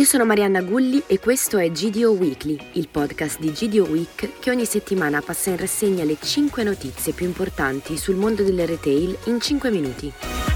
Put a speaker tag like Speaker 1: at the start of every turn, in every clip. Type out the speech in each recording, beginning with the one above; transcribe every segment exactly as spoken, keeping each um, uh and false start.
Speaker 1: sono Marianna Gulli e questo è G D O Weekly, il podcast di G D O Week che ogni settimana passa in rassegna le cinque notizie più importanti sul mondo del retail in cinque minuti.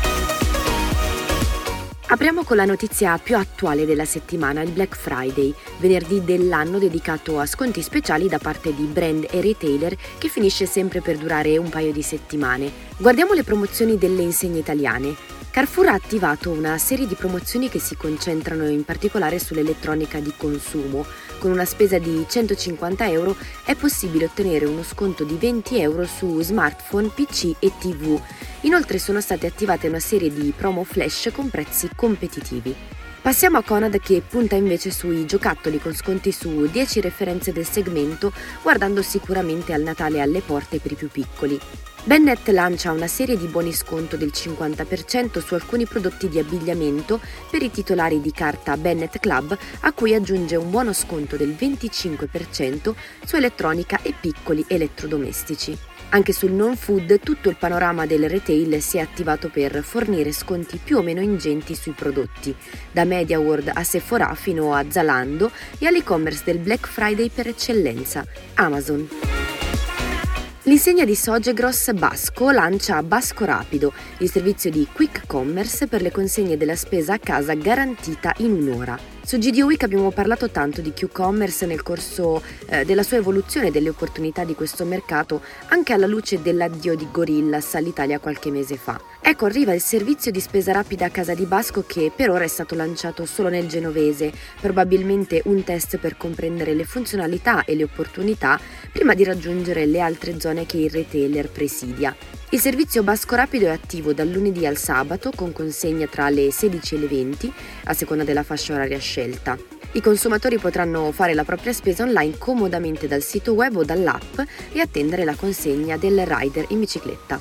Speaker 1: Apriamo con la notizia più attuale della settimana, il Black Friday, venerdì dell'anno dedicato a sconti speciali da parte di brand e retailer che finisce sempre per durare un paio di settimane. Guardiamo le promozioni delle insegne italiane. Carrefour ha attivato una serie di promozioni che si concentrano in particolare sull'elettronica di consumo. Con una spesa di centocinquanta euro è possibile ottenere uno sconto di venti euro su smartphone, P C e tivù. Inoltre sono state attivate una serie di promo flash con prezzi competitivi. Passiamo a Conad che punta invece sui giocattoli con sconti su dieci referenze del segmento, guardando sicuramente al Natale alle porte per i più piccoli. Bennett lancia una serie di buoni sconto del cinquanta per cento su alcuni prodotti di abbigliamento per i titolari di carta Bennett Club, a cui aggiunge un buono sconto del venticinque per cento su elettronica e piccoli elettrodomestici. Anche sul non-food tutto il panorama del retail si è attivato per fornire sconti più o meno ingenti sui prodotti, da MediaWorld a Sephora fino a Zalando e all'e-commerce del Black Friday per eccellenza, Amazon. L'insegna di Sogegros Basco lancia Basco Rapido, il servizio di quick commerce per le consegne della spesa a casa garantita in un'ora. Su G D O Week abbiamo parlato tanto di Q-commerce nel corso eh, della sua evoluzione e delle opportunità di questo mercato, anche alla luce dell'addio di Gorillas all'Italia qualche mese fa. Ecco, arriva il servizio di spesa rapida a casa di Basco che per ora è stato lanciato solo nel genovese, probabilmente un test per comprendere le funzionalità e le opportunità prima di raggiungere le altre zone che il retailer presidia. Il servizio Basco Rapido è attivo dal lunedì al sabato con consegna tra le sedici e le venti, a seconda della fascia oraria scelta. I consumatori potranno fare la propria spesa online comodamente dal sito web o dall'app e attendere la consegna del rider in bicicletta.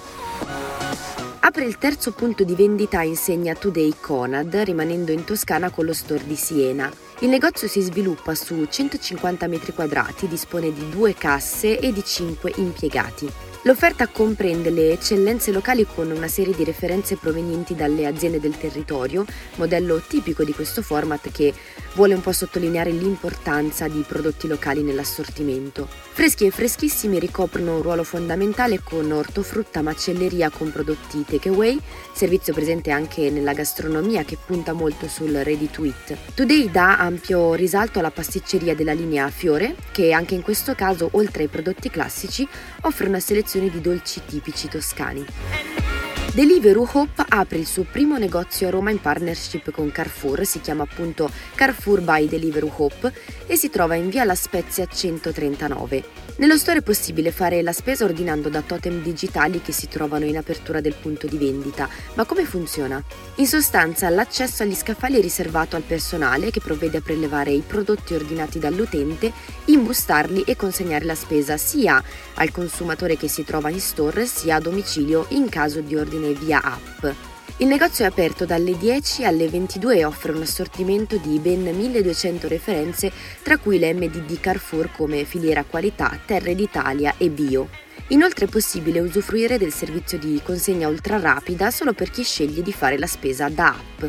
Speaker 1: Apre il terzo punto di vendita insegna Today Conad, rimanendo in Toscana con lo store di Siena. Il negozio si sviluppa su centocinquanta metri quadrati, dispone di due casse e di cinque impiegati. L'offerta comprende le eccellenze locali con una serie di referenze provenienti dalle aziende del territorio, modello tipico di questo format che vuole un po' sottolineare l'importanza di prodotti locali nell'assortimento. Freschi e freschissimi ricoprono un ruolo fondamentale con ortofrutta, macelleria con prodotti takeaway, servizio presente anche nella gastronomia che punta molto sul ready to eat. Today dà ampio risalto alla pasticceria della linea Fiore, che anche in questo caso, oltre ai prodotti classici, offre una selezione di dolci tipici toscani. Deliveroo Hope apre il suo primo negozio a Roma in partnership con Carrefour, si chiama appunto Carrefour by Deliveroo Hope e si trova in via La Spezia centotrentanove. Nello store è possibile fare la spesa ordinando da totem digitali che si trovano in apertura del punto di vendita. Ma come funziona? In sostanza l'accesso agli scaffali è riservato al personale che provvede a prelevare i prodotti ordinati dall'utente, imbustarli e consegnare la spesa sia al consumatore che si trova in store sia a domicilio in caso di ordine via app. Il negozio è aperto dalle dieci alle ventidue e offre un assortimento di ben milleduecento referenze, tra cui le M D D Carrefour come filiera qualità, terre d'Italia e bio. Inoltre è possibile usufruire del servizio di consegna ultra rapida solo per chi sceglie di fare la spesa da app.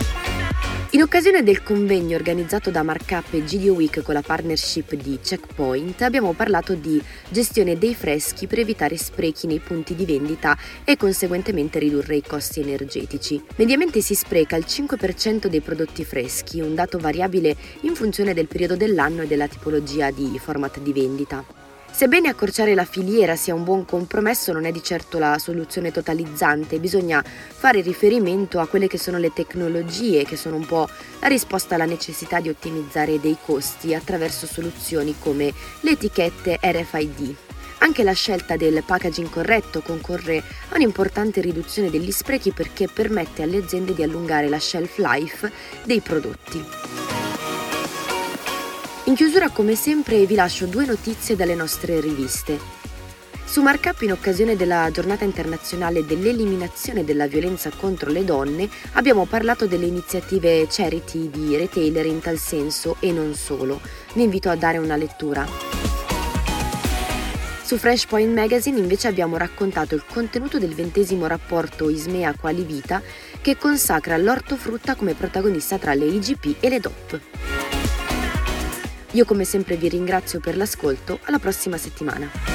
Speaker 1: In occasione del convegno organizzato da Markup e G D O Week con la partnership di Checkpoint abbiamo parlato di gestione dei freschi per evitare sprechi nei punti di vendita e conseguentemente ridurre i costi energetici. Mediamente si spreca il cinque per cento dei prodotti freschi, un dato variabile in funzione del periodo dell'anno e della tipologia di format di vendita. Sebbene accorciare la filiera sia un buon compromesso, non è di certo la soluzione totalizzante, bisogna fare riferimento a quelle che sono le tecnologie, che sono un po' la risposta alla necessità di ottimizzare dei costi attraverso soluzioni come le etichette R F I D. Anche la scelta del packaging corretto concorre a un'importante riduzione degli sprechi perché permette alle aziende di allungare la shelf life dei prodotti. In chiusura, come sempre, vi lascio due notizie dalle nostre riviste. Su Markup, in occasione della giornata internazionale dell'eliminazione della violenza contro le donne, abbiamo parlato delle iniziative charity di retailer in tal senso e non solo. Vi invito a dare una lettura. Su Fresh Point Magazine invece abbiamo raccontato il contenuto del ventesimo rapporto Ismea Quali Vita, che consacra l'ortofrutta come protagonista tra le I G P e le D O P. Io come sempre vi ringrazio per l'ascolto, alla prossima settimana.